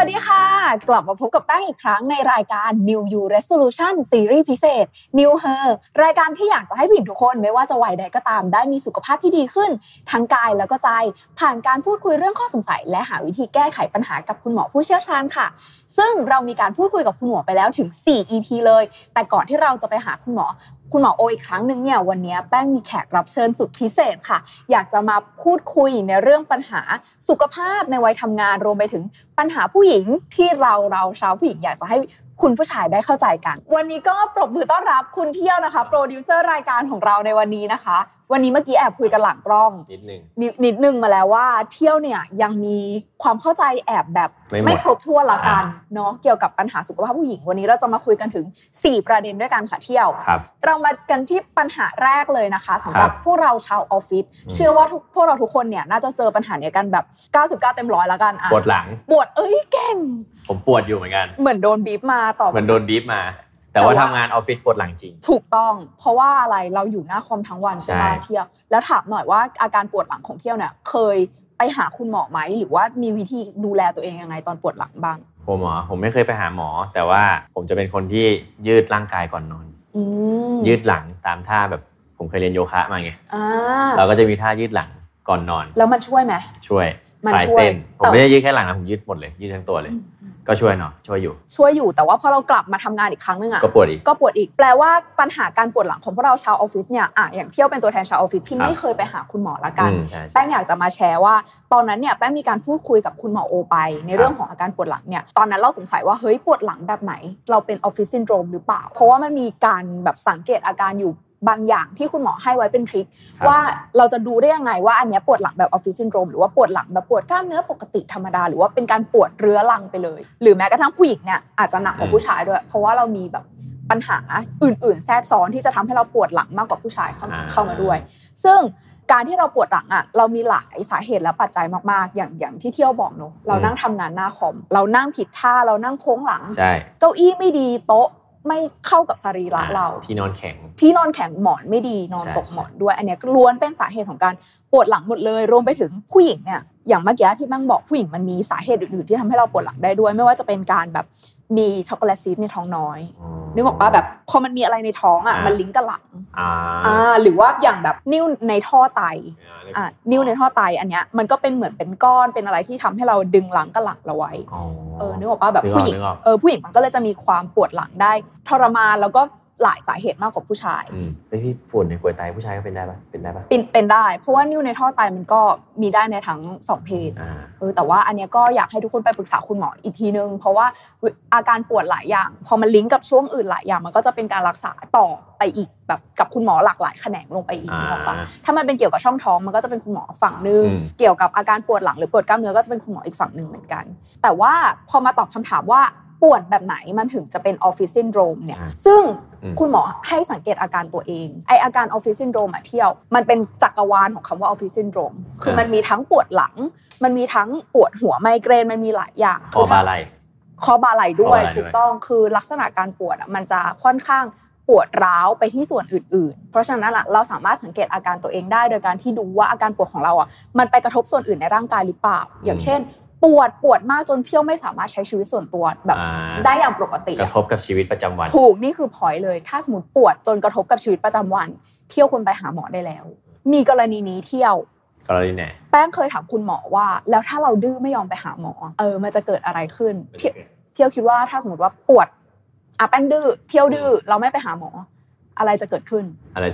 สดีค่ะกลับมาพบกับแป้งอีกครั้งในรายการ New You Resolution ซีรีส์พิเศษ New Her รายการที่อยากจะให้ผู้หญิงทุกคนไม่ว่าจะวัยใดก็ตามได้มีสุขภาพที่ดีขึ้นทั้งกายแล้วก็ใจผ่านการพูดคุยเรื่องข้อสงสัยและหาวิธีแก้ไขปัญหากับคุณหมอผู้เชี่ยวชาญค่ะซึ่งเรามีการพูดคุยกับคุณหมอไปแล้วถึง4 EP เลยแต่ก่อนที่เราจะไปหาคุณหมอโออีกครั้งนึงเนี่ยวันนี้แป้งมีแขกรับเชิญสุดพิเศษค่ะอยากจะมาพูดคุยในเรื่องปัญหาสุขภาพในวัยทำงานรวมไปถึงปัญหาผู้หญิงที่เราชาวผู้หญิงอยากจะให้คุณผู้ชายได้เข้าใจกันวันนี้ก็ปรบมือต้อนรับคุณเที่ยวนะคะโปรดิวเซอร์รายการของเราในวันนี้นะคะวันนี้เมื่อกี้แอบคุยกันหลังกล้องนิดนึงมาแล้วว่าเที่ยวเนี่ยยังมีความเข้าใจแอบแบบไม่ครบถ้วนละกันเนาะเกี่ยวกับปัญหาสุขภาพผู้หญิงวันนี้เราจะมาคุยกันถึง4ประเด็นด้วยกันค่ะเที่ยวเรามากันที่ปัญหาแรกเลยนะคะสำหรับพวกเราชาวออฟฟิศเชื่อว่าพวกเราทุกคนเนี่ยน่าจะเจอปัญหานี้กันแบบ99เต็ม100ละกันปวดหลังปวดเก่งผมปวดอยู่เหมือนกันเหมือนโดนบีบมาเหมือนโดนบีบมาแต่ว่าทำงานออฟฟิศปวดหลังจริงถูกต้องเพราะว่าอะไรเราอยู่หน้าคอมทั้งวันใช่ไหมเที่ยวแล้วถามหน่อยว่าอาการปวดหลังของเที่ยวเนี่ยเคยไปหาคุณหมอไหมหรือว่ามีวิธีดูแลตัวเองยังไงตอนปวดหลังบ้างผมไม่เคยไปหาหมอแต่ว่าผมจะเป็นคนที่ยืดร่างกายก่อนนอนยืดหลังตามท่าแบบผมเคยเรียนโยคะมาไงเราก็จะมีท่ายืดหลังก่อนนอนแล้วมันช่วยไหมช่วยคลายเส้นผมไม่ได้ยืดแค่หลังนะผมยืดหมดเลยยืดทั้งตัวเลยก็ช่วยเนาะช่วยอยู่แต่ว่าพอเรากลับมาทำงานอีกครั้งนึงอ่ะก็ปวดอีกแปลว่าปัญหาการปวดหลังของพวกเราชาวออฟฟิศเนี่ยอย่างเที่ยวเป็นตัวแทนชาวออฟฟิศที่ไม่เคยไปหาคุณหมอละกันแป้งอยากจะมาแชร์ว่าตอนนั้นเนี่ยแป้งมีการพูดคุยกับคุณหมอโอไปในเรื่องของอาการปวดหลังเนี่ยตอนนั้นเราสงสัยว่าเฮ้ยปวดหลังแบบไหนเราเป็นออฟฟิศซินโดรมหรือเปล่าเพราะว่ามันมีการแบบสังเกตอาการอยู่บางอย่างที่คุณหมอให้ไว้เป็นทริคว่าเราจะดูได้ยังไงว่าอันนี้ปวดหลังแบบออฟฟิศซินโดรมหรือว่าปวดหลังแบบปวดกล้ามเนื้อปกติธรรมดาหรือว่าเป็นการปวดเรื้อรังไปเลยหรือแม้กระทั่งผู้หญิงเนี่ยอาจจะหนักกว่าผู้ชายด้วยเพราะว่าเรามีแบบปัญหาอื่นๆแทรกซ้อนที่จะทำให้เราปวดหลังมากกว่าผู้ชายเข้ามาด้วยซึ่งการที่เราปวดหลังอ่ะเรามีหลายสาเหตุและปัจจัยมากๆอย่างที่เที่ยวบอกเนาะเรานั่งทำงานหน้าคอมเรานั่งผิดท่าเรานั่งโค้งหลังเก้าอี้ไม่ดีโต๊ะไม่เข้ากับสรีระเราที่นอนแข็งหมอนไม่ดีนอนตกหมอนด้วยอันนี้ล้วนเป็นสาเหตุของการปวดหลังหมดเลยรวมไปถึงผู้หญิงเนี่ยอย่างเมื่อกี้ที่แม่งบอกผู้หญิงมันมีสาเหตุอื่นๆที่ทำให้เราปวดหลังได้ด้วยไม่ว่าจะเป็นการแบบมีช็อกโกแลตซีสในท้องน้อยนึกออกป่ะแบบพอมันมีอะไรในท้องอ่ะมันลิงก์กับหลังหรือว่าอย่างแบบนิ่วในท่อไตนิ่วในท่อไตอันเนี้ยมันก็เป็นเหมือนเป็นก้อนเป็นอะไรที่ทำให้เราดึงหลังกับหลังเราไว้นึกออกป่ะแบบผู้หญิงมันก็เลยจะมีความปวดหลังได้ทรมานแล้วก็หลายสาเหตุมากกว่าผู้ชายพี่ปวดในกลวยไตผู้ชายก็เป็นได้ป่ะเป็นได้เพราะว่านิ่วในท่อไตมันก็มีได้ในทั้ง2เพศแต่ว่าอันเนี้ยก็อยากให้ทุกคนไปปรึกษาคุณหมออีกทีนึงเพราะว่าอาการปวดหลายอย่างพอมันลิงก์กับช่วงอื่นหลายอย่างมันก็จะเป็นการรักษาต่อไปอีกแบบกับคุณหมอหลากหลายแขนงลงไปอีกนึกออกป่ะถ้ามันเป็นเกี่ยวกับช่องท้องมันก็จะเป็นคุณหมอฝั่งนึงเกี่ยวกับอาการปวดหลังหรือปวดกล้ามเนื้อก็จะเป็นคุณหมออีกฝั่งนึงเหมือนกันแต่ว่าพอมาตอบคำถามว่าปวดแบบไหนมันถึงจะเป็นออฟฟิศซินโดรมเนี่ยซึ่งคุณหมอให้สังเกตอาการตัวเองอาการออฟฟิศซินโดรมเที่ยวมันเป็นจักรวาลของคำว่าออฟฟิศซินโดรมคือมันมีทั้งปวดหลังมันมีทั้งปวดหัวไมเกรนมันมีหลายอย่างคอบาไหล่ด้วยถูกต้องคือลักษณะการปวดมันจะค่อนข้างปวดร้าวไปที่ส่วนอื่นๆเพราะฉะนั้นเราสามารถสังเกตอาการตัวเองได้โดยการที่ดูว่าอาการปวดของเรามันไปกระทบส่วนอื่นในร่างกายหรือเปล่าอย่างเช่นปวดมากจนเที่ยวไม่สามารถใช้ชีวิตส่วนตัวแบบได้อย่างปกติกระทบกับชีวิตประจำวันถูกนี่คือพอยต์เลยถ้าสมมติปวดจนกระทบกับชีวิตประจำวันเที่ยวควรไปหาหมอได้แล้วมีกรณีนี้เที่ยวกรณีไหนแป้งเคยถามคุณหมอว่าแล้วถ้าเราดื้อไม่ยอมไปหาหมอมันจะเกิดอะไรขึ้นเที่ยวคิดว่าถ้าสมมติว่าปวดแป้งดื้อเที่ยวดื้อเราไม่ไปหาหมออะไรจะเกิดขึ้น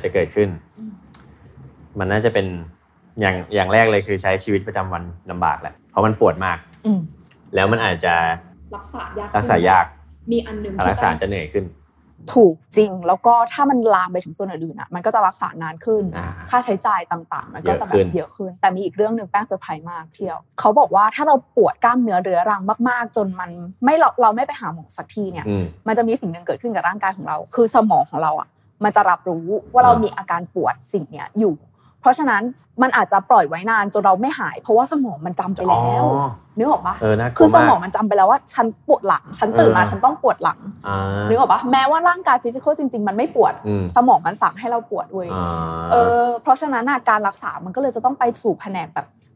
มันน่าจะเป็นอย่างแรกเลยคือใช้ชีวิตประจำวันลำบากแหละเพราะมันปวดมากแล้วมันอาจจะรักษายากมีอันนึงรักษาจะเหนื่อยขึ้นถูกจริงแล้วก็ถ้ามันลามไปถึงส่วนอื่นๆมันก็จะรักษานานขึ้นค่าใช้จ่ายต่างๆมันก็จะแบบเยอะขึ้นแต่มีอีกเรื่องนึงแป้งเซอร์ไพรส์มากเที่ยวเขาบอกว่าถ้าเราปวดกล้ามเนื้อเรื้อรังมากๆจนมันเราไม่ไปหาหมอสักทีเนี่ยมันจะมีสิ่งนึงเกิดขึ้นกับร่างกายของเราคือสมองของเรามันจะรับรู้ว่าเรามีอาการปวดสิ่งเนี้ยอยู่เพราะฉะนั้นมันอาจจะปล่อยไว้นานจนเราไม่หายเพราะว่าสมองมันจำไปแล้วนึกออกปะคือสมองมันจำไปแล้วว่าฉันปวดหลังฉันตื่นมาฉันต้องปวดหลังนึกออกปะแม้ว่าร่างกายฟิสิกอลจริงๆมันไม่ปวดสมองมันสั่งให้เราปวดเว้ยเพราะฉะนั้นการรักษามันก็เลยจะต้องไปสู่แผนกแบบ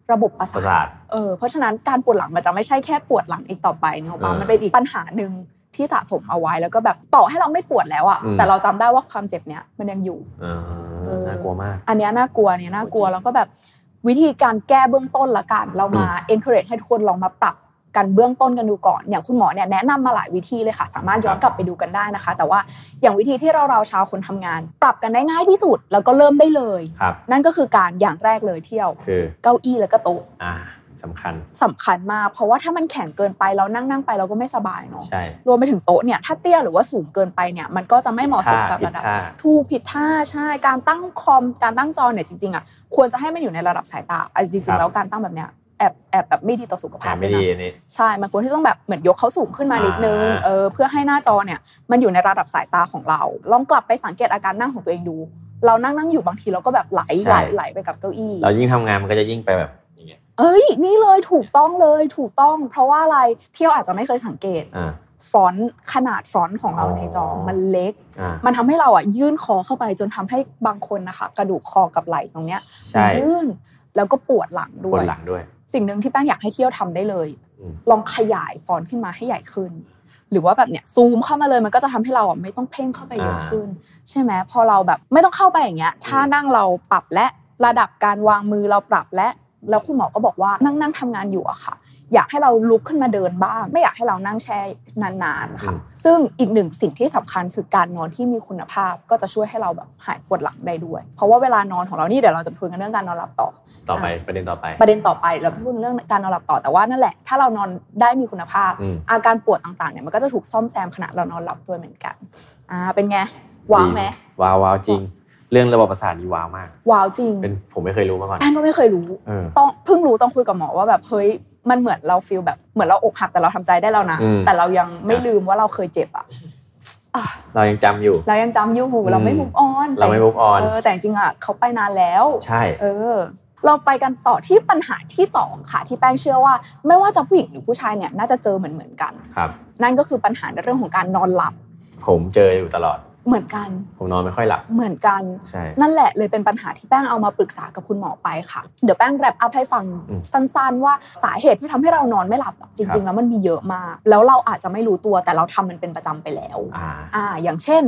ระบบประสาทเพราะฉะนั้นการปวดหลังมันจะไม่ใช่แค่ปวดหลังอีกต่อไปเนาะมันเป็นอีกปัญหานึงที่สะสมเอาไว้แล้วก็แบบต่อให้เราไม่ปวดแล้วอ่ะแต่เราจำได้ว่าความเจ็บเนี้ยมันยังอยู่น่ากลัวมากอันนี้น่ากลัวเนี่ยน่ากลัวแล้วก็แบบวิธีการแก้เบื้องต้นละกันเรามา encourage ให้ทุกคนลองมาปรับกันเบื้องต้นกันดูก่อนอย่างคุณหมอเนี่ยแนะนำมาหลายวิธีเลยค่ะสามารถย้อนกลับไปดูกันได้นะคะแต่ว่าอย่างวิธีที่เราชาวคนทำงานปรับกันได้ง่ายที่สุดแล้วก็เริ่มได้เลยนั่นก็คือการอย่างแรกเลยเที่ยวคือเก้าอี้แล้วก็โต๊ะสำคัญมากเพราะว่าถ้ามันแข็งเกินไปเรานั่งไปเราก็ไม่สบายเนาะใช่รวมไปถึงโต๊ะเนี่ยถ้าเตี้ยหรือว่าสูงเกินไปเนี่ยมันก็จะไม่เหมาะสมกับระดับถูกผิดท่าใช่การตั้งคอมการตั้งจอเนี่ยจริงๆอ่ะควรจะให้มันอยู่ในระดับสายตาจริงๆแล้วการตั้งแบบเนี้ยแอบแบบไม่ดีต่อสุขภาพไม่ดีนี่ใช่มันควรที่ต้องแบบเหมือนยกเขาสูงขึ้นมานิดนึงเพื่อให้หน้าจอเนี่ยมันอยู่ในระดับสายตาของเราลองกลับไปสังเกตอาการนั่งของตัวเองดูเรานั่งอยู่บางทีเราก็แบบไหลไปกับเก้าอี้เรายิ่งทำงานมันก็จะยิ่งไปแบบอย่างเงี้ยนี่เลยถูกต้องเพราะว่าอะไรเที่ยวอาจจะไม่เคยสังเกตฟอนต์ขนาดฟอนต์ของเราในจอมันเล็กมันทำให้เราอ่ะยื่นคอเข้าไปจนทำให้บางคนนะคะกระดูกคอกับไหล่ตรงเนี้ยยื่นแล้วก็ปวดหลังด้วยสิ่งนึงที่แป้งอยากให้เที่ยวทำได้เลยลองขยายฟอนต์ขึ้นมาให้ใหญ่ขึ้นหรือว่าแบบเนี้ยซูมเข้ามาเลยมันก็จะทำให้เราอ่ะไม่ต้องเพ่งเข้าไปเยอะขึ้นใช่ไหมพอเราแบบไม่ต้องเข้าไปอย่างเงี้ยถ้านั่งเราปรับและระดับการวางมือเราปรับแล้วคุณหมอก็บอกว่านั่งทำงานอยู่อะค่ะอยากให้เราลุกขึ้นมาเดินบ้างไม่อยากให้เรานั่งแช่นานๆค่ะซึ่งอีกหนึ่งสิ่งที่สำคัญคือการนอนที่มีคุณภาพก็จะช่วยให้เราแบบหายปวดหลังได้ด้วยเพราะว่าเวลานอนของเรานี่เดี๋ยวเราจะพูดกันเรื่องการนอนหลับต่อไปประเด็นต่อไปเราพูดเรื่องการนอนหลับต่อแต่ว่านั่นแหละถ้าเรานอนได้มีคุณภาพอาการปวดต่างๆเนี่ยมันก็จะถูกซ่อมแซมขณะเรานอนหลับด้วยเหมือนกันเป็นไงว้าวไหมว้าวจริงเรื่องระบบประสาทนี่ว้าวมากว้าวจริงเป็นผมไม่เคยรู้มาก่อนแป้งก็ไม่เคยรู้ต้องเพิ่งรู้ต้องคุยกับหมอว่าแบบเฮ้ยมันเหมือนเราฟีลแบบเหมือนเราอกหักแต่เราทำใจได้แล้วนะแต่เรายังไม่ลืมว่าเราเคยเจ็บเรายังจำอยู่เราไม่move on แต่จริงๆเขาไปนานแล้วใช่เราไปกันต่อที่ปัญหาที่2ค่ะที่แป้งเชื่อว่าไม่ว่าจะผู้หญิงหรือผู้ชายเนี่ยน่าจะเจอเหมือนกันครับนั่นก็คือปัญหาในเรื่องของการนอนหลับผมเจออยู่ตลอดเหมือนกันผมนอนไม่ค่อยหลับเหมือนกันใช่นั่นแหละเลยเป็นปัญหาที่แป้งเอามาปรึกษากับคุณหมอไปค่ะเดี๋ยวแป้งแรปอัพให้ฟังสั้นๆว่าสาเหตุที่ทำให้เรานอนไม่หลับจริงๆแล้วมันมีเยอะมากแล้วเราอาจจะไม่รู้ตัวแต่เราทำมันเป็นประจำไปแล้วอย่างเช่น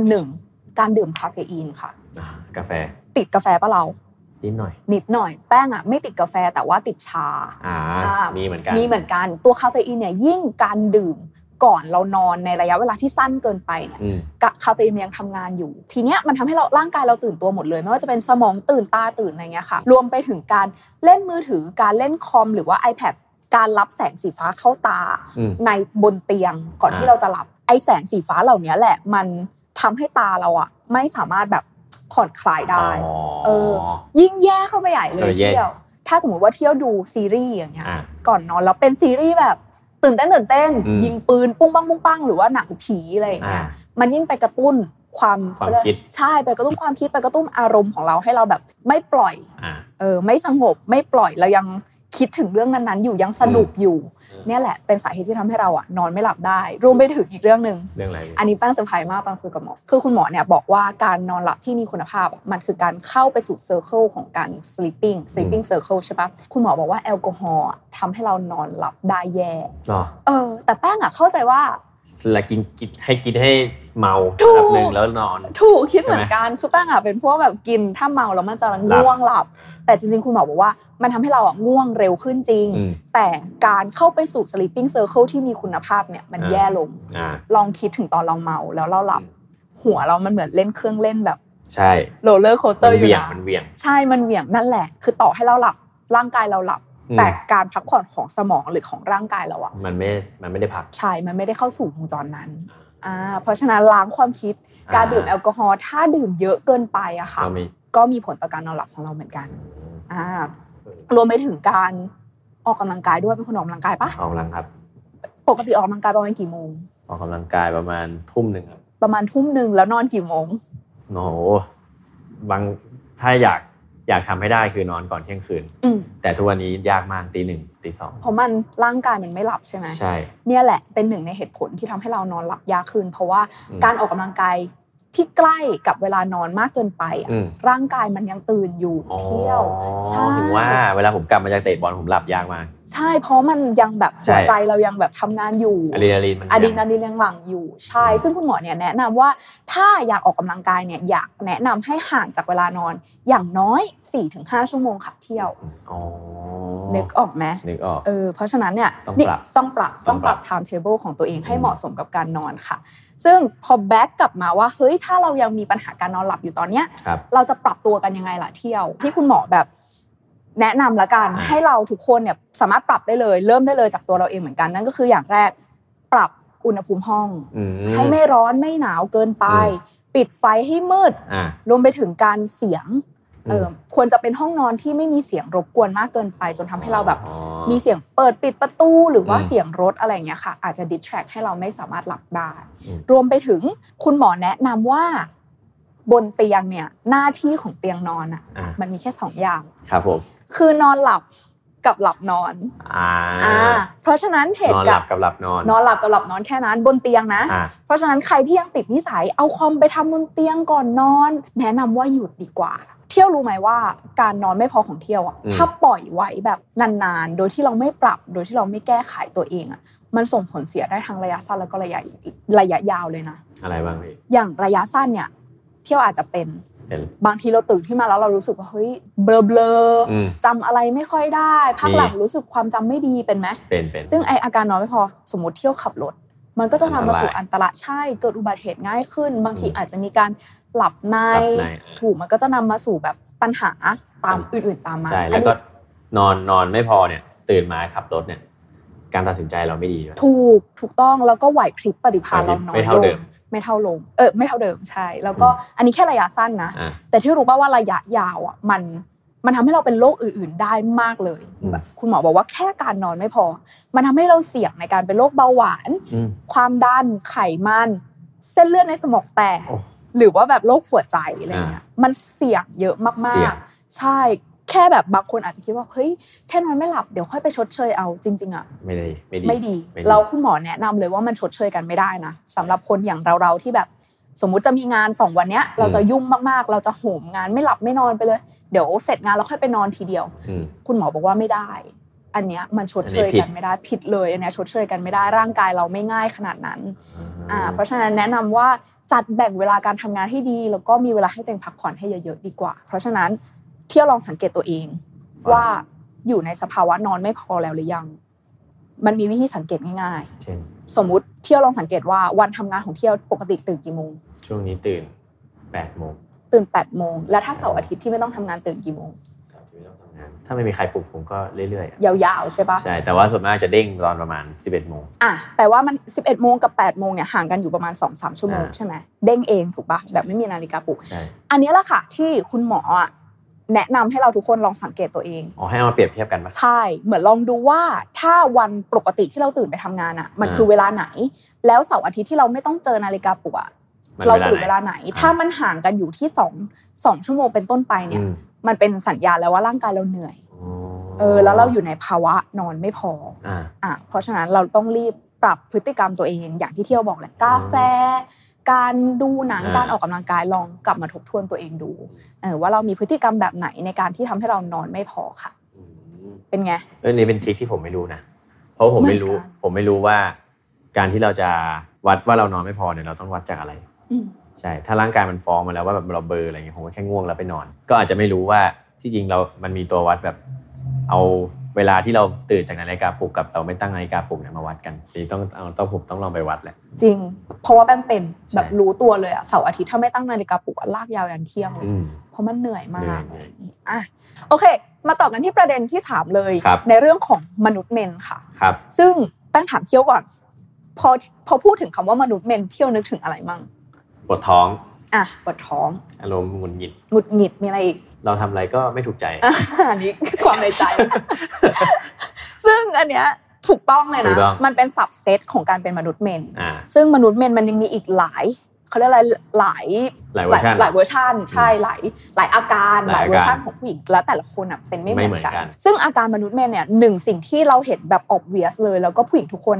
1การดื่มคาเฟอีนค่ะกาแฟติดกาแฟป่ะเรานิดหน่อยแป้งไม่ติดกาแฟแต่ว่าติดชามีเหมือนกันตัวคาเฟอีนเนี่ยยิ่งการดื่มก่อนเรานอนในระยะเวลาที่สั้นเกินไปเนี่ยคาเฟอีนยังทำงานอยู่ทีเนี้ยมันทำให้เราร่างกายเราตื่นตัวหมดเลยไม่ว่าจะเป็นสมองตื่นตาตื่นอะไรเงี้ยค่ะรวมไปถึงการเล่นมือถือการเล่นคอมหรือว่า iPad การรับแสงสีฟ้าเข้าตาในบนเตียงก่อนที่เราจะหลับไอแสงสีฟ้าเหล่านี้แหละมันทำให้ตาเราอะไม่สามารถแบบผ่อนคลายได้ยิ่งแย่เข้าไปใหญ่เลยเที่ยวถ้าสมมติว่าเที่ยวดูซีรีส์อย่างเงี้ยก่อนนอนแล้วเป็นซีรีส์แบบตื่นเต้นยิงปืนปุ้งปังหรือว่าหนังผีอะไรอย่างเงี้ยมันยิ่งไปกระตุ้นความคิดใช่ไปกระตุ้นความคิดไปกระตุ้นอารมณ์ของเราให้เราแบบไม่ปล่อยไม่สงบไม่ปล่อยเรายังคิดถึงเรื่องนั้นๆอยู่ยังสนุกอยู่เนี่ยแหละเป็นสาเหตุที่ทำให้เรานอนไม่หลับได้รวมไปถึงอีกเรื่องนึงอันนี้แป้งเซอร์ไพรส์มากแป้งคุยกับหมอคือคุณหมอเนี่ยบอกว่าการนอนหลับที่มีคุณภาพมันคือการเข้าไปสู่เซอร์เคิลของการ sleeping circle ใช่ปะคุณหมอบอกว่าแอลกอฮอล์ทำให้เรานอนหลับได้แย่แต่แป้งเข้าใจว่าแล้วกินให้เมาระดับนึงแล้วนอนถูกคิดเหมือนกันคือแป้งเป็นพวกแบบกินถ้าเมาแล้วมันจะง่วงหลับแต่จริงๆคุณหมอบอกว่ามันทำให้เราง่วงเร็วขึ้นจริงแต่การเข้าไปสู่ sleeping circle ที่มีคุณภาพเนี่ยมันแย่ลงลองคิดถึงตอนเราเมาแล้วเราหลับหัวเรามันเหมือนเล่นเครื่องเล่นแบบใช่โรลเลอร์โคสเตอร์อยู่มันเหวี่ยงใช่มันเหวี่ยงนั่นแหละคือต่อให้เราหลับร่างกายเราหลับแต่การพักผ่อนของสมองหรือของร่างกายเรามันไม่ได้พักใช่มันไม่ได้เข้าสู่วงจรนั้นเพราะฉะนั้นล้างความคิดการดื่มแอลกอฮอล์ถ้าดื่มเยอะเกินไปอะค่ะก็มีผลต่อการนอนหลับของเราเหมือนกันรวมไปถึงการออกกำลังกายด้วยเป็นคนออกกำลังกายปะออกกำลังครับปกติออกกำลังกายประมาณกี่โมงออกกำลังกายประมาณ 19:00 นครับประมาณ 19:00 นแล้วนอนกี่โมงโอ้โหถ้าอยากทำให้ได้คือนอนก่อนเที่ยงคืนแต่ทุกวันนี้ยากมาก 1:00 น 2:00 เพราะมันร่างกายมันไม่หลับใช่ไหมใช่เนี่ยแหละเป็นหนึ่งในเหตุผลที่ทำให้เรานอนหลับยากขึ้นเพราะว่าการออกกำลังกายที่ใกล้กับเวลานอนมากเกินไปร่างกายมันยังตื่นอยู่เที่ยวใช่ถึงว่าเวลาผมกลับมาจากเตะบอลผมหลับยากมากใช่เพราะมันยังแบบหัวใจเรายังแบบทำงานอยู่อะดรีนาลีนยังหลั่งอยู่ใช่ซึ่งคุณหมอเนี่ยแนะนำว่าถ้าอยากออกกำลังกายเนี่ยอยากแนะนำให้ห่างจากเวลานอนอย่างน้อย 4-5 ชั่วโมงขับเที่ยวนึกออกไหมนึกออกเพราะฉะนั้นเนี่ยต้องปรับ time table ของตัวเองให้เหมาะสมกับการนอนค่ะซึ่งพอแบ็กกลับมาว่าเฮ้ยถ้าเรายังมีปัญหาการนอนหลับอยู่ตอนเนี้ยเราจะปรับตัวกันยังไงล่ะเที่ยวที่คุณหมอแบบแนะนำละกันให้เราทุกคนเนี่ยสามารถปรับได้เลยเริ่มได้เลยจากตัวเราเองเหมือนกันนั่นก็คืออย่างแรกปรับอุณหภูมิห้องให้ไม่ร้อนไม่หนาวเกินไปปิดไฟให้มืดรวมไปถึงการเสียงควรจะเป็นห้องนอนที่ไม่มีเสียงรบกวนมากเกินไปจนทำให้เราแบบมีเสียงเปิดปิดประตูหรือว่าเสียงรถอะไรอย่างเงี้ยค่ะอาจจะ distract ให้เราไม่สามารถหลับได้รวมไปถึงคุณหมอแนะนำว่าบนเตียงเนี่ยหน้าที่ของเตียงนอนอ่ะมันมีแค่2อย่างครับผมคือนอนหลับกับหลับนอนเพราะฉะนั้นเหตุการณ์นอนหลับกับหลับนอนแค่นั้นบนเตียงนะเพราะฉะนั้นใครที่ยังติดนิสัยเอาคอมไปทำบนเตียงก่อนนอนแนะนำว่าหยุดดีกว่าเที่ยวรู้ไหมว่าการนอนไม่พอของเที่ยวอ่ะถ้าปล่อยไว้แบบนานๆโดยที่เราไม่ปรับโดยที่เราไม่แก้ไขตัวเองอ่ะมันส่งผลเสียได้ทั้งระยะสั้นแล้วก็ระยะยาวเลยนะอะไรบ้างพี่อย่างระยะสั้นเนี่ยเที่ยวอาจจะเป็นบางทีเราตื่นขึ้นมาแล้วเรารู้สึกว่าเฮ้ยเบลอจำอะไรไม่ค่อยได้พักหลังรู้สึกความจำไม่ดีเป็นไหมเป็นซึ่งไออาการนอนไม่พอสมมติเที่ยวขับรถมันก็จะนำมาสู่อันตรายใช่เกิดอุบัติเหตุง่ายขึ้นบางทีอาจจะมีการหลับในถูกมันก็จะนำมาสู่แบบปัญหาตามอื่นๆตามมาใช่แล้วก็นอนไม่พอเนี่ยตื่นมาขับรถเนี่ยการตัดสินใจเราไม่ดีถูกต้องแล้วก็ไหวพริบปฏิภาณเราน้อยลงไม่เท่าเดิมใช่แล้วก็อันนี้แค่ระยะสั้นนะแต่ที่รู้ป่ะว่าระยะยาวอ่ะมันทำให้เราเป็นโรคอื่นๆได้มากเลยแบบคุณหมอบอกว่าแค่การนอนไม่พอมันทำให้เราเสี่ยงในการเป็นโรคเบาหวานความดันไขมันเส้นเลือดในสมองแตกหรือว่าแบบโรคหัวใจอะไรเงี้ยมันเสี่ยงเยอะมากๆใช่แค่แบบบางคนอาจจะคิดว่าเฮ้ยแค่นอนไม่หลับเดี๋ยวค่อยไปชดเชยเอาจริงๆอ่ะไม่ดีเราคุณหมอแนะนำเลยว่ามันชดเชยกันไม่ได้นะสำหรับคนอย่างเราที่แบบสมมุติจะมีงาน2วันเนี้ยเราจะยุ่งมากๆเราจะโหมงานไม่หลับไม่นอนไปเลยเดี๋ยวเสร็จงานแล้วค่อยไปนอนทีเดียวคุณหมอบอกว่าไม่ได้อันเนี้ยมันชดเชยกันไม่ได้ผิดเลยอันเนี้ยชดเชยกันไม่ได้ร่างกายเราไม่ง่ายขนาดนั้นเพราะฉะนั้นแนะนำว่าจัดแบ่งเวลาการทำงานให้ดีแล้วก็มีเวลาให้ตัวเองพักผ่อนให้เยอะๆดีกว่าเพราะฉะนั้นเที่ยวลองสังเกตตัวเองว่าอยู่ในสภาวะนอนไม่พอแล้วหรือยังมันมีวิธีสังเกตง่ายๆเช่นสมมุติเที่ยวลองสังเกตว่าวันทำงานของเที่ยวปกติตื่นกี่โมงช่วงนี้ตื่น 8 โมงตื่น 8 โมงแล้วถ้าเสาร์อาทิตย์ที่ไม่ต้องทำงานตื่นกี่โมงถ้าไม่มีใครปลุกผมก็เรื่อยๆยาวๆใช่ปะใช่แต่ว่าส่วนมากจะเด้งตอนประมาณ 11 โมงแปลว่ามัน 11 โมงกับ 8 โมงเนี่ยห่างกันอยู่ประมาณ 2-3 ชั่วโมงใช่ไหมเด้งเองถูกปะแบบไม่มีนาฬิกาปลุกอันนี้แหละค่ะที่คุณหมอแนะนำให้เราทุกคนลองสังเกตตัวเองให้เอามาเปรียบเทียบกันปะใช่เหมือนลองดูว่าถ้าวันปกติที่เราตื่นไปทำงานอ่ะมันคือเวลาไหนแล้วเสาร์อาทิตย์ที่เราไม่ต้องเจอนาฬิกาปลุกเราตื่นเวลาไหนถ้ามันห่างกันอยู่ที่2 ชั่วโมงเป็นต้นไปเนี่ยมันเป็นสัญญาณแล้วว่าร่างกายเราเหนื่อยแล้วเราอยู่ในภาวะนอนไม่พอเพราะฉะนั้นเราต้องรีบปรับพฤติกรรมตัวเองอย่างที่เที่ยวบอกแหละกาแฟการดูหนังการออกกำลังกายลองกลับมาทบทวนตัวเองดูว่าเรามีพฤติกรรมแบบไหนในการที่ทำให้เรานอนไม่พอค่ะเป็นไงนี่เป็นทริคที่ผมไม่รู้นะเพราะผมไม่รู้ว่าการที่เราจะวัดว่าเรานอนไม่พอเนี่ยเราต้องวัดจากอะไรใช่ถ้าร่างกายมันฟ้องมาแล้วว่าแบบเราเบลออะไรเงี้ยผมก็แค่ง่วงแล้วไปนอนก็อาจจะไม่รู้ว่าที่จริงมันมีตัววัดแบบเอาเวลาที่เราตื่นจากนาฬิกาปลุกกับเราไม่ตั้งนาฬิกาปลุกเนี่ยมาวัดกันต้องลองไปวัดแหละจริงเพราะว่าแป้งเป็นแบบรู้ตัวเลยเสาร์อาทิตย์ถ้าไม่ตั้งนาฬิกาปลุกลากยาวยันเที่ยงเลยเพราะมันเหนื่อยมากโอเคมาต่อกันที่ประเด็นที่3เลยในเรื่องของมนุษย์เมนค่ะซึ่งแป้งถามเที่ยวก่อนพอพูดถึงคำว่ามนุษย์เมนเที่ยวนึกถึงอะไรมั่งปวดท้องปวดท้องอารมณ์หงุดหงิดมีอะไรอีกเราทำอะไรก็ไม่ถูกใจอันนี้ความในใจซึ่งอันเนี้ยถูกต้องเลยนะมันเป็นซับเซตของการเป็นมนุษย์เมนซึ่งมนุษย์เมนมันยังมีอีกหลายเขาเรียกอะไรหลายเวอร์ชันใช่หลายอาการหลายเวอร์ชันของผู้หญิงแล้วแต่ละคนเป็นไม่เหมือนกันซึ่งอาการมนุษย์เมนเนี่ย1สิ่งที่เราเห็นแบบ obvious เลยแล้วก็ผู้หญิงทุกคนน่ะ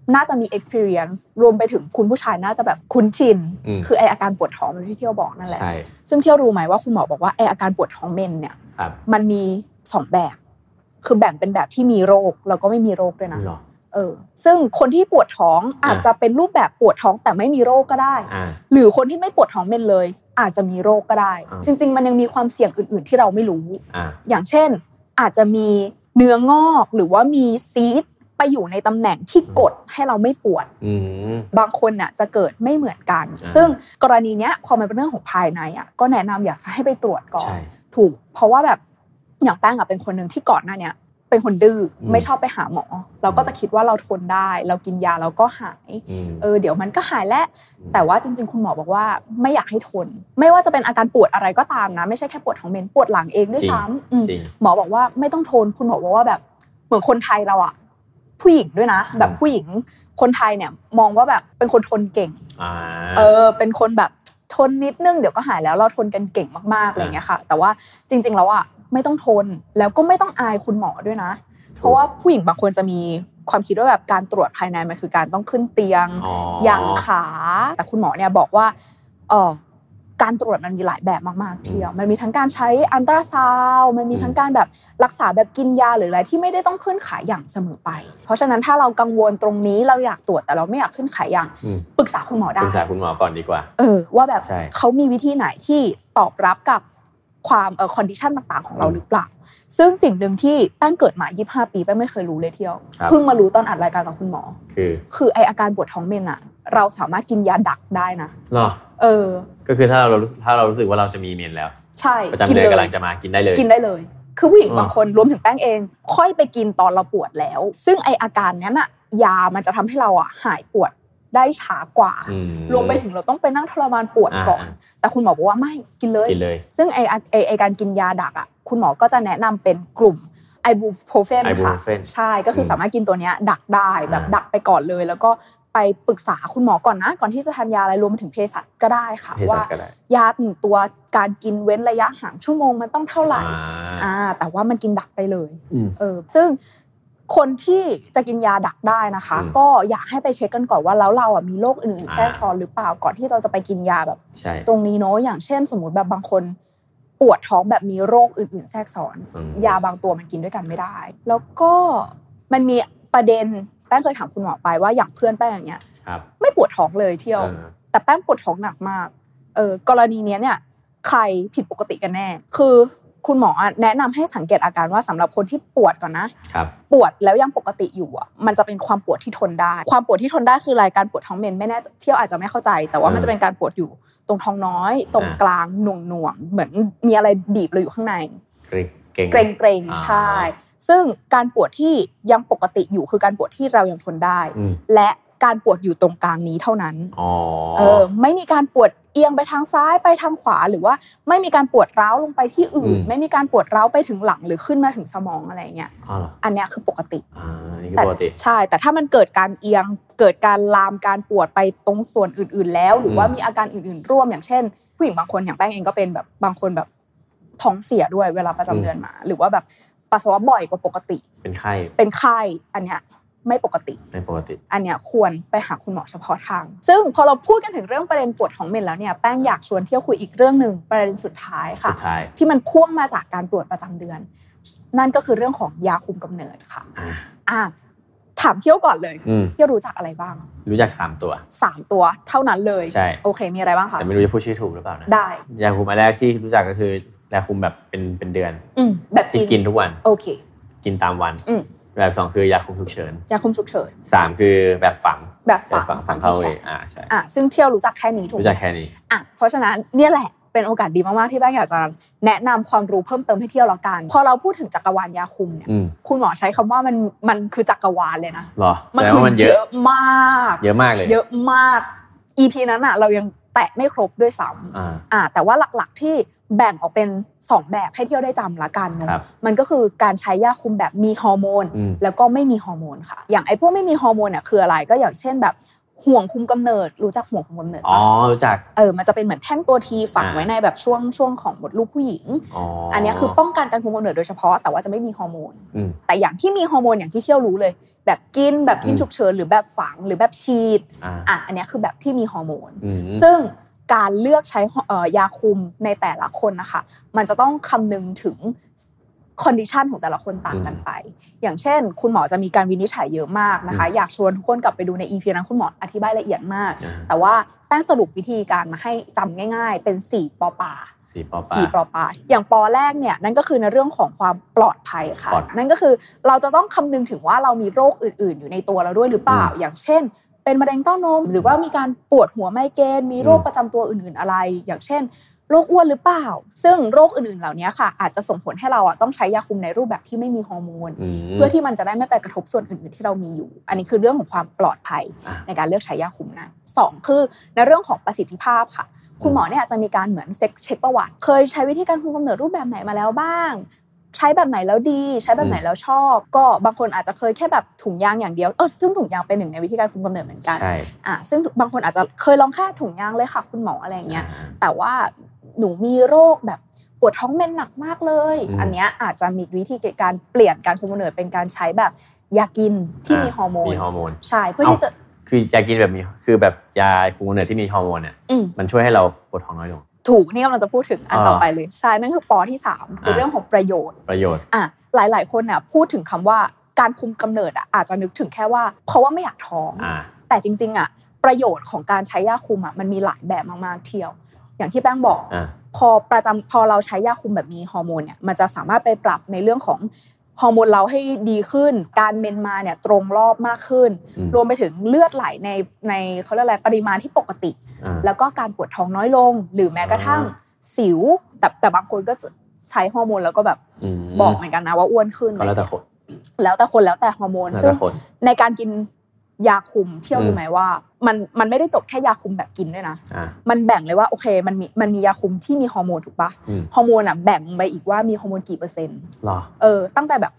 น่าจะมี experience รวมไปถึงคุณผู้ชายน่าจะแบบคุ้นชินคือไออาการปวดท้องที่เที่ยวบอกนั่นแหละซึ่งเที่ยวรู้ไหมว่าคุณหมอบอกว่าไออาการปวดท้องเมนเนี่ยมันมี2แบบคือแบ่งเป็นแบบที่มีโรคแล้วก็ไม่มีโรคด้วยนะซึ่งคนที่ปวดท้องอาจจะเป็นรูปแบบปวดท้องแต่ไม่มีโรคก็ได้หรือคนที่ไม่ปวดท้องเมนเลยอาจจะมีโรคก็ได้จริงๆมันยังมีความเสี่ยงอื่นๆที่เราไม่รู้อย่างเช่นอาจจะมีเนื้องอกหรือว่ามีซีสต์ไปอยู่ในตำแหน่งที่กดให้เราไม่ปวดบางคนน่ะจะเกิดไม่เหมือนกันซึ่งกรณีเนี้ยพอมันเป็นเรื่องของภายในอ่ะก็แนะนำอยากจะให้ไปตรวจก่อนถูกเพราะว่าแบบอย่างแป้งอ่ะเป็นคนนึงที่ก่อนหน้าเนี้ยเป็นคนดื้อไม่ชอบไปหาหมอเราก็จะคิดว่าเราทนได้เรากินยาเราก็หายเดี๋ยวมันก็หายแล้วแต่ว่าจริงๆคุณหมอบอกว่าไม่อยากให้ทนไม่ว่าจะเป็นอาการปวดอะไรก็ตามนะไม่ใช่แค่ปวดท้องเมนปวดหลังเองด้วยซ้ำหมอบอกว่าไม่ต้องทนคุณหมอบอกว่าแบบเหมือนคนไทยเราอะผู้หญิงด้วยนะแบบผู้หญิงคนไทยเนี่ยมองว่าแบบเป็นคนทนเก่งเป็นคนแบบทนนิดนึงเดี๋ยวก็หายแล้วเราทนกันเก่งมากๆอะไรเงี้ยค่ะแต่ว่าจริงๆแล้วอะไม่ต้องทนแล้วก็ไม่ต้องอายคุณหมอด้วยนะเพราะว่าผู้หญิงบางคนจะมีความคิดว่าแบบการตรวจภายในมันคือการต้องขึ้นเตียงย่างขาแต่คุณหมอเนี่ยบอกว่าการตรวจมันมีหลายแบบมากๆทีเดียวมันมีทั้งการใช้อัลตราซาวด์มันมีทั้งการแบบรักษาแบบกินยาหรืออะไรที่ไม่ได้ต้องขึ้นขาอย่างเสมอไปเพราะฉะนั้นถ้าเรากังวลตรงนี้เราอยากตรวจแต่เราไม่อยากขึ้นขาอย่างปรึกษาคุณหมอได้ปรึกษาคุณหมอก่อนดีกว่าว่าแบบเขามีวิธีไหนที่ตอบรับกับความคอนดิชันต่างๆของเราหรือเปล่าซึ่งสิ่งหนึ่งที่แป้งเกิดมา25ปีแป้งไม่เคยรู้เลยเที่ยวเพิ่งมารู้ตอนอัดรายการกับคุณหมอคือไออาการปวดท้องเมนอะเราสามารถกินยาดักได้นะหรอก็คือถ้าเรารู้สึกว่าเราจะมีเมนแล้วใช่ประจำเดือนกำลังจะมากินได้เลยคือผู้หญิงบางคนรวมถึงแป้งเองค่อยไปกินตอนเราปวดแล้วซึ่งไออาการนั้นอะยามันจะทำให้เราอะหายปวดได้ช้ากว่ารวมไปถึงเราต้องไปนั่งทรมานปวดก่อนแต่คุณหมอบอกว่าไม่กินเลยซึ่งไอการกินยาดักอ่ะคุณหมอก็จะแนะนำเป็นกลุ่มไอบูโพรเฟนค่ะใช่ก็คือสามารถกินตัวเนี้ยดักได้แบบดักไปก่อนเลยแล้วก็ไปปรึกษาคุณหมอก่อนนะก่อนที่จะทานยาอะไรรวมไปถึงเภสัชก็ได้ค่ะว่ายา1ตัวการกินเว้นระยะห่างชั่วโมงมันต้องเท่าไหร่แต่ว่ามันกินดักได้เลยซึ่งคนที่จะกินยาดักได้นะคะก็อยากให้ไปเช็คกันก่อนว่าแล้วเราอ่ะมีโรคอื่นๆแทรกซ้อนหรือเปล่าก่อนที่เราจะไปกินยาแบบตรงนี้เนาะอย่างเช่นสมมุติแบบบางคนปวดท้องแบบมีโรคอื่นๆแทรกซ้อนยาบางตัวมันกินด้วยกันไม่ได้แล้วก็มันมีประเด็นแป้งเคยถามคุณหมอไปว่าอย่างเพื่อนแป้งอย่างเงี้ยไม่ปวดท้องเลยเที่ยวแต่แป้งปวดท้องหนักมากกรณีนี้เนี่ยใครผิดปกติกันแน่คือคุณหมอแนะนำให้สังเกตอาการว่าสำหรับคนที่ปวดก่อนนะปวดแล้วยังปกติอยู่อ่ะมันจะเป็นความปวดที่ทนได้ความปวดที่ทนได้คือรายการปวดท้องเมนไม่แน่เที่ยวอาจจะไม่เข้าใจแต่ว่ามันจะเป็นการปวดอยู่ตรงท้องน้อยตรงกลางหน่วงๆเหมือนมีอะไรบีบเราอยู่ข้างในเกร็งใช่ซึ่งการปวดที่ยังปกติอยู่คือการปวดที่เรายังทนได้และการปวดอยู่ตรงกลางนี้เท่านั้นไม่มีการปวดเอียงไปทางซ้ายไปทางขวาหรือว่าไม่มีการปวดร้าวลงไปที่อื่นไม่มีการปวดร้าวไปถึงหลังหรือขึ้นมาถึงสมองอะไรเงี้ยอันเนี้ยคือปกตินี่คือปกติใช่แต่ถ้ามันเกิดการเอียงเกิดการลามการปวดไปตรงส่วนอื่นๆแล้วหรือว่ามีอาการอื่นๆร่วมอย่างเช่นผู้หญิงบางคนอย่างแป้งเองก็เป็นแบบบางคนแบบท้องเสียด้วยเวลาประจำเดือนมาหรือว่าแบบปัสสาวะบ่อยกว่าปกติเป็นไข้อันเนี้ยไม่ปกติอันเนี้ยควรไปหาคุณหมอเฉพาะทางซึ่งพอเราพูดกันถึงเรื่องประเด็นปวดท้องเมนแล้วเนี่ยแป้งอยากชวนเที่ยวคุยอีกเรื่องนึงประเด็นสุดท้ายค่ะที่มันพ่วงมาจากการปวดประจำเดือนนั่นก็คือเรื่องของยาคุมกำเนิดค่ะถามเที่ยวก่อนเลยเที่ยวรู้จักอะไรบ้างรู้จัก3ตัวเท่านั้นเลยใช่โอเคมีอะไรบ้างคะแต่ไม่รู้จะพูดชื่อถูกหรือเปล่านะได้ยาคุมอันแรกที่รู้จักก็คือยาคุมแบบเป็นเดือนแบบกินทุกวันโอเคกินตามวันแบบ2คือยาคุมฉุกเฉิน3คือแบบฝังเข้าเลยใช่ซึ่งเที่ยวรู้จักแค่นี้ถูกรู้จักแค่นี้เพราะฉะนั้นเนี่ยแหละเป็นโอกาสดีมากๆที่แป้งอยากจะแนะนำความรู้เพิ่มเติมให้เที่ยวแล้วกันพอเราพูดถึงจักรวาลยาคุมเนี่ยคุณหมอใช้คำว่ามันคือจักรวาลเลยนะหรอมันเยอะมากเลยเยอะมาก EP นั้นน่ะเรายังแตะไม่ครบด้วยซ้ำแต่ว่าหลักๆที่แบ่งออกเป็น2แบบให้เที่ยวได้จำละกันเนาะมันก็คือการใช้ยาคุมแบบมีฮอร์โมนแล้วก็ไม่มีฮอร์โมนค่ะอย่างไอ้พวกไม่มีฮอร์โมนเนี่ยคืออะไรก็อย่างเช่นแบบห่วงคุมกำเนิดรู้จักห่วงคุมกำเนิดปะรู้จักมันจะเป็นเหมือนแท่งตัวทีฝังไว้ในแบบช่วงของมดลูกผู้หญิงอันนี้คือป้องกันการคุมกำเนิดโดยเฉพาะแต่ว่าจะไม่มีฮอร์โมนแต่อย่างที่มีฮอร์โมนอย่างที่เที่ยวรู้เลยแบบกินฉุกเฉินหรือแบบฝังหรือแบบฉีดอันนี้คือแบบที่มีฮอร์โมนซึ่งการเลือกใช้ยาคุมในแต่ละคนนะคะมันจะต้องคำนึงถึงคอนดิชันของแต่ละคนต่างกันไปอย่างเช่นคุณหมอจะมีการวินิจฉัยเยอะมากนะคะอยากชวนทุกคนกลับไปดูใน EP นั้นคุณหมออธิบายละเอียดมากแต่ว่าแป้งสรุปวิธีการมาให้จำง่ายๆเป็น4 ปอป่าอย่างปอแรกเนี่ยนั่นก็คือในเรื่องของความปลอดภัยค่ะนั่นก็คือเราจะต้องคำนึงถึงว่าเรามีโรคอื่นๆอยู่ในตัวเราด้วยหรือเปล่าอย่างเช่นเป็นมะเร็งเต้านมหรือว่ามีการปวดหัวไมเกรนมีโรคประจำตัวอื่นๆอะไรอย่างเช่นโรคอ้วนหรือเปล่าซึ่งโรคอื่นๆเหล่านี้ค่ะอาจจะส่งผลให้เราต้องใช้ยาคุมในรูปแบบที่ไม่มีฮอร์โมนเพื่อที่มันจะได้ไม่ไปกระทบส่วนอื่นๆที่เรามีอยู่อันนี้คือเรื่องของความปลอดภัยในการเลือกใช้ยาคุมนะ2คือในเรื่องของประสิทธิภาพค่ะคุณหมอเนี่ยจะมีการเหมือนเช็คประวัติเคยใช้วิธีการคุมกำเนิดรูปแบบไหนมาแล้วบ้างใช้แบบไหนแล้วดีใช้แบบไหนแล้วชอบก็บางคนอาจจะเคยแค่แบบถุงยางอย่างเดียวซึ่งถุงยางเป็นหนึ่งในวิธีการคุมกำเนิดเหมือนกันซึ่งบางคนอาจจะเคยลองแค่ถุงยางเลยค่ะคุณหมออะไรอย่างเงี้ยแต่ว่าหนูมีโรคแบบปวดท้องเป็นหนักมากเลยอันเนี้ยอาจจะมีวิธีการเปลี่ยนการคุมกำเนิดเป็นการใช้แบบยากินที่มีฮอร์โมนใช่เพื่อที่จะคือยากินแบบมีคือแบบยาคุมกำเนิดที่มีฮอร์โมนเนี่ยมันช่วยให้เราปวดท้องน้อยลงถูกนี่กำลังจะพูดถึงอันต่อไปเลยใช่นั่นคือปอที่3คือเรื่องของประโยชน์หลายๆคนน่ะพูดถึงคำว่าการคุมกำเนิดอาจจะนึกถึงแค่ว่าเพราะว่าไม่อยากท้องแต่จริงๆประโยชน์ของการใช้ยาคุมมันมีหลายแบบมากๆเที่ยวอย่างที่แป้งบอกพอเราใช้ยาคุมแบบมีฮอร์โมนเนี่ยมันจะสามารถไปปรับในเรื่องของฮอร์โมนเราให้ดีขึ้นการเมนมาเนี่ยตรงรอบมากขึ้นรวมไปถึงเลือดไหลในเขาเรียกอะไรปริมาณที่ปกติแล้วก็การปวดท้องน้อยลงหรือแม้กระทั่งสิวแต่บางคนก็จะใช้ฮอร์โมนแล้วก็แบบบอกเหมือนกันนะว่าอ้วนขึ้นแล้วแต่คนแล้วแต่ฮอร์โมนซึ่งในการกินยาคุมเที่ยวรู้ไหมว่ามันไม่ได้จบแค่ยาคุมแบบกินด้วยนะมันแบ่งเลยว่าโอเคมันมียาคุมที่มีฮอร์โมนถูกปะฮอร์โมนแบ่งไปอีกว่ามีฮอร์โมนกี่เปอร์เซ็นต์หรอตั้งแต่แบบ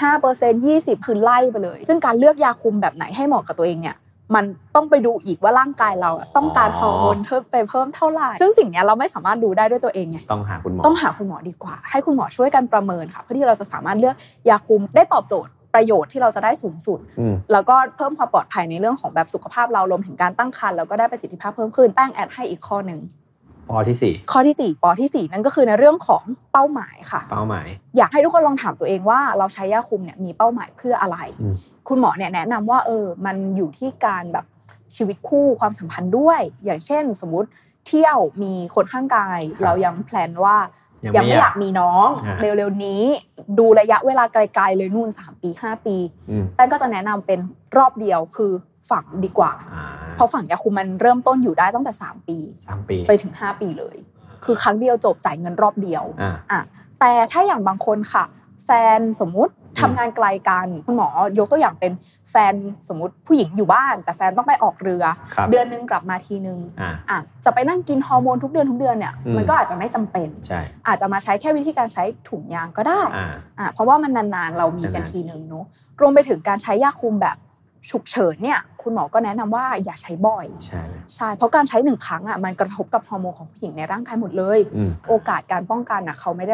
15% 20คือไล่ไปเลยซึ่งการเลือกยาคุมแบบไหนให้เหมาะกับตัวเองเนี่ยมันต้องไปดูอีกว่าร่างกายเราต้องการฮอร์โมนเพิ่มเท่าไหร่ซึ่งสิ่งนี้เราไม่สามารถดูได้ด้วยตัวเองไงต้องหาคุณหมอดีกว่าให้คุณหมอช่วยกันประเมินค่ะเพื่อที่เราจะสามารถเลือกยาคุมได้ตอบโจทย์ประโยชน์ที่เราจะได้สูงสุดแล้วก็เพิ่มความปลอดภัยในเรื่องของแบบสุขภาพเรารวมถึงการตั้งครรภ์แล้วก็ได้ประสิทธิภาพเพิ่มขึ้นแป้งแอดให้อีกข้อนึงปอที่ 4นั่นก็คือในเรื่องของเป้าหมายค่ะเป้าหมายอยากให้ทุกคนลองถามตัวเองว่าเราใช้ยาคุมเนี่ยมีเป้าหมายเพื่ออะไรคุณหมอเนี่ยแนะนำว่ามันอยู่ที่การแบบชีวิตคู่ความสัมพันธ์ด้วยอย่างเช่นสมมุติเที่ยวมีคนข้างกายเรายังแพลนว่ายังไม่อยากมีน้องเร็วๆนี้ดูระยะเวลาไกลๆเลยนู่น3ปี5ปีแป้งก็จะแนะนำเป็นรอบเดียวคือฝังดีกว่าเพราะฝังยาคุมมันเริ่มต้นอยู่ได้ตั้งแต่3ปีไปถึง5ปีเลยคือครั้งเดียวจบจ่ายเงินรอบเดียวแต่ถ้าอย่างบางคนค่ะแฟนสมมุติทำงานไกลกันคุณหมอยกตัวอย่างเป็นแฟนสมมุติผู้หญิงอยู่บ้านแต่แฟนต้องไปออกเรือเดือนนึงกลับมาทีนึงจะไปนั่งกินฮอร์โมนทุกเดือนเนี่ยมันก็อาจจะไม่จำเป็นอาจจะมาใช้แค่วิธีการใช้ถุงยางก็ได้เพราะว่ามันนานๆเรามีกันทีนึงเนาะรวมไปถึงการใช้ยาคุมแบบฉุกเฉินเนี่ยคุณหมอก็แนะนำว่าอย่าใช้บ่อยใช่เพราะการใช้1ครั้งมันกระทบกับฮอร์โมนของผู้หญิงในร่างกายหมดเลยโอกาสการป้องกันเขาไม่ได้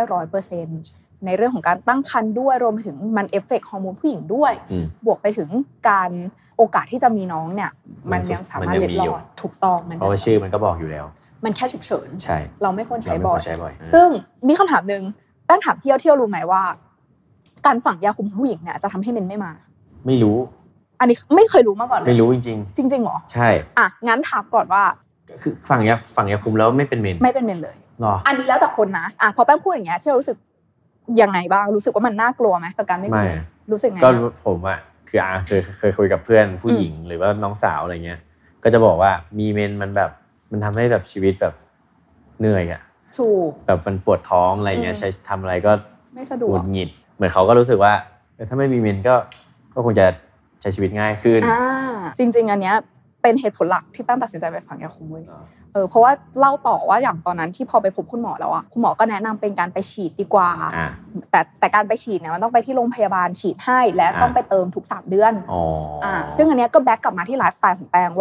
100%ในเรื่องของการตั้งครรภ์ด้วยรวมไปถึงมันเอฟเฟคฮอร์โมนผู้หญิงด้วยบวกไปถึงการโอกาสที่จะมีน้องเนี่ยมันยังสามารถเล็ดลอดถูกต้องเพราะว่าชื่อมันก็บอกอยู่แล้วมันแค่ฉุกเฉินใช่เราไม่ควรใช้บ่อยซึ่งมีคำถามนึงแป้งถามเที่ยวรู้ไหมว่าการฝังยาคุมผู้หญิงเนี่ยจะทำให้เมนไม่มาไม่รู้อันนี้ไม่เคยรู้มาก่อนเลยไม่รู้จริงๆจริงๆหรอใช่งั้นถามก่อนว่าคือฝังยาคุมแล้วไม่เป็นเมนเลยหรออันนี้แล้วแต่คนนะพอแป้งพูดอย่างเงี้ยที่เรารู้สึกยังไงบ้างรู้สึกว่ามันน่ากลัวไหมกับการไม่มีรู้สึกไงก็ผมเคยคุยกับเพื่อนผู้หญิงหรือว่าน้องสาวอะไรเงี้ยก็จะบอกว่ามีเมนมันแบบมันทำให้แบบชีวิตแบบเหนื่อยถูกแบบมันปวดท้องอะไรเงี้ยใช้ทำอะไรก็ไม่สะดวกหงุดหงิดเหมือนเขาก็รู้สึกว่าถ้าไม่มีเมนก็คงจะใช้ชีวิตง่ายขึ้นจริงๆอันเนี้ยเป็นเหตุผลหลักที่แป้งตัดสินใจไปฝังยาคุมเว้ยเพราะว่าเล่าต่อว่าอย่างตอนนั้นที่พอไปพบคุณหมอแล้วคุณหมอก็แนะนำเป็นการไปฉีดดีกว่าแต่การไปฉีดเนี่ยมันต้องไปที่โรงพยาบาลฉีดให้และต้องไปเติมทุก3 เดือนซึ่งอันเนี้ยก็แบ็กกลับมาที่ไลฟ์สไตล์ของแป้งว่า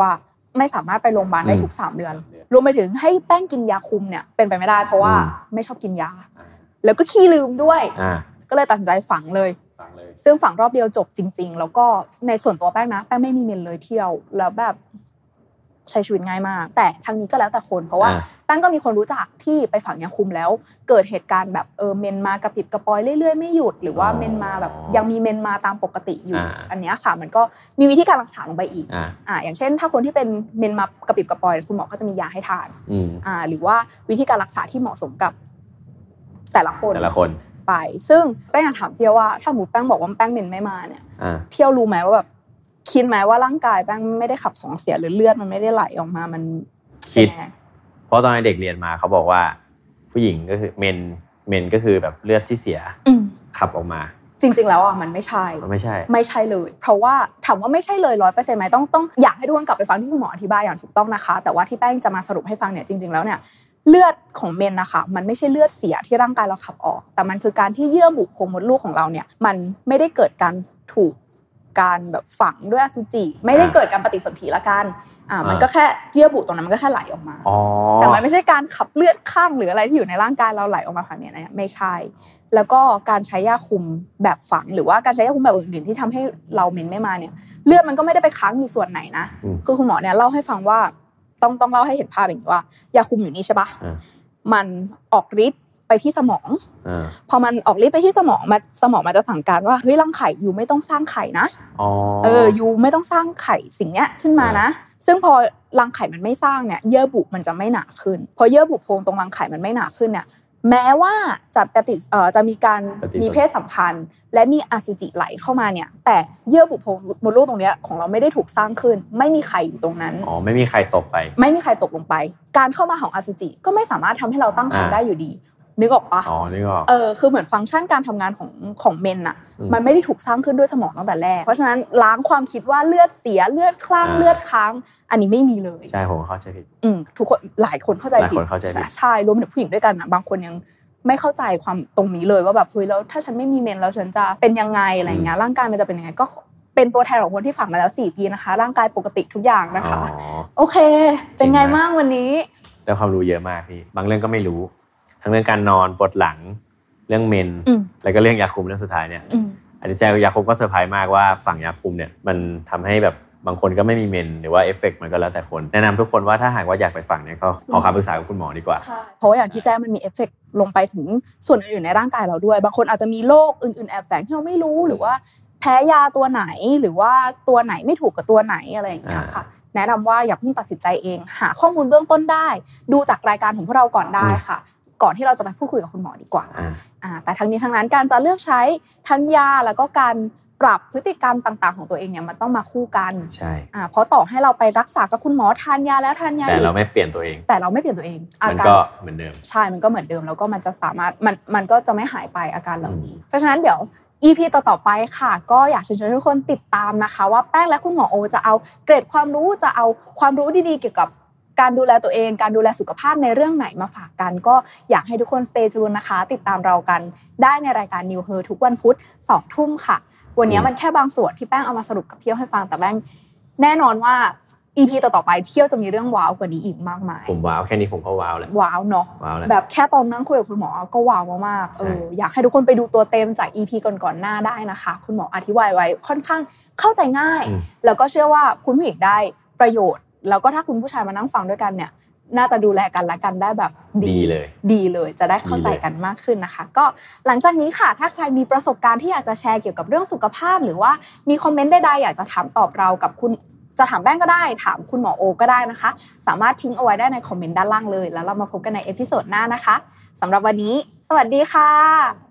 ไม่สามารถไปโรงพยาบาลได้ทุก3เดือนรวมไปถึงให้แป้งกินยาคุมเนี่ยเป็นไปไม่ได้เพราะว่าไม่ชอบกินยาแล้วก็ขี้ลืมด้วยก็เลยตัดสินใจฝังเลยซึ่งฝังรอบเดียวจบจริงๆแล้วก็ในส่วนตัวแป้งนะแป้งไม่มีเมนเลยเที่ยวแล้วแบบใช้ชีวิตง่ายมากแต่ทางนี้ก็แล้วแต่คนเพราะว่าแป้งก็มีคนรู้จักที่ไปฝังยาคุมแล้วเกิดเหตุการณ์แบบเมนมากระปิบกระปอยเรื่อยๆไม่หยุดหรือว่าเมนมาแบบยังมีเมนมาตามปกติอยู่อันนี้ค่ะมันก็มีวิธีการรักษาลงไปอีกอย่างเช่นถ้าคนที่เป็นเมนมากระปิบกระปอยคุณหมอก็จะมียาให้ทานหรือว่าวิธีการรักษาที่เหมาะสมกับแต่ละคนไปซึ่งแป้งอยากถามเที่ยวว่าถ้าหมูแป้งบอกว่าแป้งเมนไม่มาเนี่ยเที่ยวรู้ไหมว่าแบบคิดไหมว่าร่างกายแป้งไม่ได้ขับของเสียหรือเลือดมันไม่ได้ไหลออกมามันคิดเพราะตอนเด็กเรียนมาเขาบอกว่าผู้หญิงก็คือเมนก็คือแบบเลือดที่เสียขับออกมาจริงๆแล้วอ่ะมันไม่ใช่เลยเพราะว่าถามว่าไม่ใช่เลย 100% มั้ยต้องอยากให้ทุกคนกลับไปฟังที่คุณหมออธิบายอย่างถูกต้องนะคะแต่ว่าที่แป้งจะมาสรุปให้ฟังเนี่ยจริงๆแล้วเนี่ยเลือดของเมนนะคะมันไม่ใช่เลือดเสียที่ร่างกายเราขับออกแต่มันคือการที่เยื่อบุโพรงมดลูกของเราเนี่ยมันไม่ได้เกิดการถูกการแบบฝังด้วยอสุจิไม่ได้เกิดการปฏิสนธิละกันมันก็แค่เยื่อบุตรงนั้นมันก็แค่ไหลออกมาแต่มันไม่ใช่การขับเลือดข้างหรืออะไรที่อยู่ในร่างกายเราไหลออกมาผ่านเนี่ยนะไม่ใช่แล้วก็การใช้ยาคุมแบบฝังหรือว่าการใช้ยาคุมแบบอื่นๆที่ทำให้เราเมนไม่มาเนี่ยเลือดมันก็ไม่ได้ไปค้างอยู่ส่วนไหนนะคือคุณหมอเนี่ยเล่าให้ฟังว่าต้องเล่าให้เห็นภาพอย่างนี้ว่ายาคุมอยู่นี่ใช่ปะมันออกฤทธิ์ไปที่สมองพอมันออกฤทธิ์ไปที่สมองมันจะสั่งการว่าเฮ้ยรังไข่อยู่ไม่ต้องสร้างไข่นะอยู่ไม่ต้องสร้างไข่สิ่งเนี้ยขึ้นมานะซึ่งพอรังไข่มันไม่สร้างเนี่ยเยื่อบุมันจะไม่หนาขึ้นพอเยื่อบุโพรงตรงรังไข่มันไม่หนาขึ้นเนี่ยแม้ว่าจะมีการมีเพศสัมพันธ์และมีอสุจิไหลเข้ามาเนี่ยแต่เยื่อบุโพรงมดลูกตรงเนี้ยของเราไม่ได้ถูกสร้างขึ้นไม่มีไข่อยู่ตรงนั้นไม่มีไข่ตกลงไปการเข้ามาของอสุจิก็ไม่สามารถทำให้เราตั้งครรภ์ได้อยู่ดีนึกออกปะนึกออกคือเหมือนฟังก์ชันการทำงานของเมนน่ะมันไม่ได้ถูกสร้างขึ้นด้วยสมองตั้งแต่แรกเพราะฉะนั้นล้างความคิดว่าเลือดเสียเลือดคลั่งเลือดค้างอันนี้ไม่มีเลยใช่ผมเข้าใจผิดทุกคนหลายคนเข้าใจผิดใช่รวมถึงผู้หญิงด้วยกันนะบางคนยังไม่เข้าใจความตรงนี้เลยว่าแบบเฮ้ยแล้วถ้าฉันไม่มีเมนแล้วฉันจะเป็นยังไงอะไรเงี้ยร่างกายมันจะเป็นยังไงก็เป็นตัวแทนของคนที่ฝังมาแล้ว4 ปีนะคะร่างกายปกติทุกอย่างนะคะโอเคเป็นไงบ้างวันนี้ได้ความรู้เยอะมากพี่บางเรื่องก็ไม่รู้ทั้งเรื่องการนอนปวดหลังเรื่องเมนแล้วก็เรื่องยาคุมเรื่องสุดท้ายเนี่ยอาจจะแจ้งยาคุมก็เซอร์ไพรส์มากว่าฝั่งยาคุมเนี่ยมันทำให้แบบบางคนก็ไม่มีเมนหรือว่าเอฟเฟกต์มันก็แล้วแต่คนแนะนำทุกคนว่าถ้าหากว่าอยากไปฝังเนี่ยก็ขอคำปรึกษากับคุณหมอดีกว่าเพราะว่าอย่างที่แจ้งมันมีเอฟเฟกต์ลงไปถึงส่วนอื่นๆในร่างกายเราด้วยบางคนอาจจะมีโรคอื่นๆแอบแฝงที่เราไม่รู้หรือว่าแพ้ยาตัวไหนหรือว่าตัวไหนไม่ถูกกับตัวไหนอะไรอย่างเงี้ยค่ะแนะนำว่าอย่าเพิ่งตัดสินใจเองหาข้อมูลเบื้องต้นได้ดูจากรายการของพวกเราก่อนได้ค่ะก่อนที่เราจะไปพูดคุยกับคุณหมอดีกว่าแต่ทั้งนี้ทั้งนั้นการจะเลือกใช้ทั้งยาแล้วก็การปรับพฤติกรรมต่างๆของตัวเองเนี่ยมันต้องมาคู่กันใช่เพราะต่อให้เราไปรักษากับคุณหมอทานยาแล้วทานยาแต่เราไม่เปลี่ยนตัวเองมันก็เหมือนเดิมใช่มันก็เหมือนเดิมแล้วก็มันจะสามารถมันก็จะไม่หายไปอาการเหล่านี้เพราะฉะนั้นเดี๋ยว EP ต่อๆไปค่ะก็อยากเชิญชวนทุกคนติดตามนะคะว่าแป้งและคุณหมอโอจะเอาเกร็ดความรู้จะเอาความรู้ดีๆเกี่ยวกับการดูแลตัวเองการดูแลสุขภาพในเรื่องไหนมาฝากกันก็อยากให้ทุกคน stay tuned นะคะติดตามเรากันได้ในรายการ New Her ทุกวันพุธ 20:00 นค่ะวันนี้มันแค่บางส่วนที่แป้งเอามาสรุปกับเที่ยวให้ฟังแต่แป้งแน่นอนว่า EP ต่อๆไปเที่ยวจะมีเรื่องว้าวกว่านี้อีกมากมายผมว้าวแค่นี้ผมก็ว้าวแล้วว้าวเนาะแบบแค่ตอนนั่งคุยกับคุณหมอก็ว้าวมากๆอยากให้ทุกคนไปดูตัวเต็มจาก EP ก่อนๆหน้าได้นะคะคุณหมออธิบายไว้ค่อนข้างเข้าใจง่ายแล้วก็เชื่อว่าคุณผู้หญิงได้ประโยชน์แล้วก็ถ้าคุณผู้ชายมานั่งฟังด้วยกันเนี่ยน่าจะดูแลกันและกันได้แบบดีเลยจะได้เข้าใจกันมากขึ้นนะคะก็หลังจากนี้ค่ะถ้าใครมีประสบการณ์ที่อยากจะแชร์เกี่ยวกับเรื่องสุขภาพหรือว่ามีคอมเมนต์ใดๆอยากจะถามตอบเรากับคุณจะถามแป้งก็ได้ถามคุณหมอโอก็ได้นะคะสามารถทิ้งเอาไว้ได้ในคอมเมนต์ด้านล่างเลยแล้วเรามาพบกันในเอพิโซดหน้านะคะสำหรับวันนี้สวัสดีค่ะ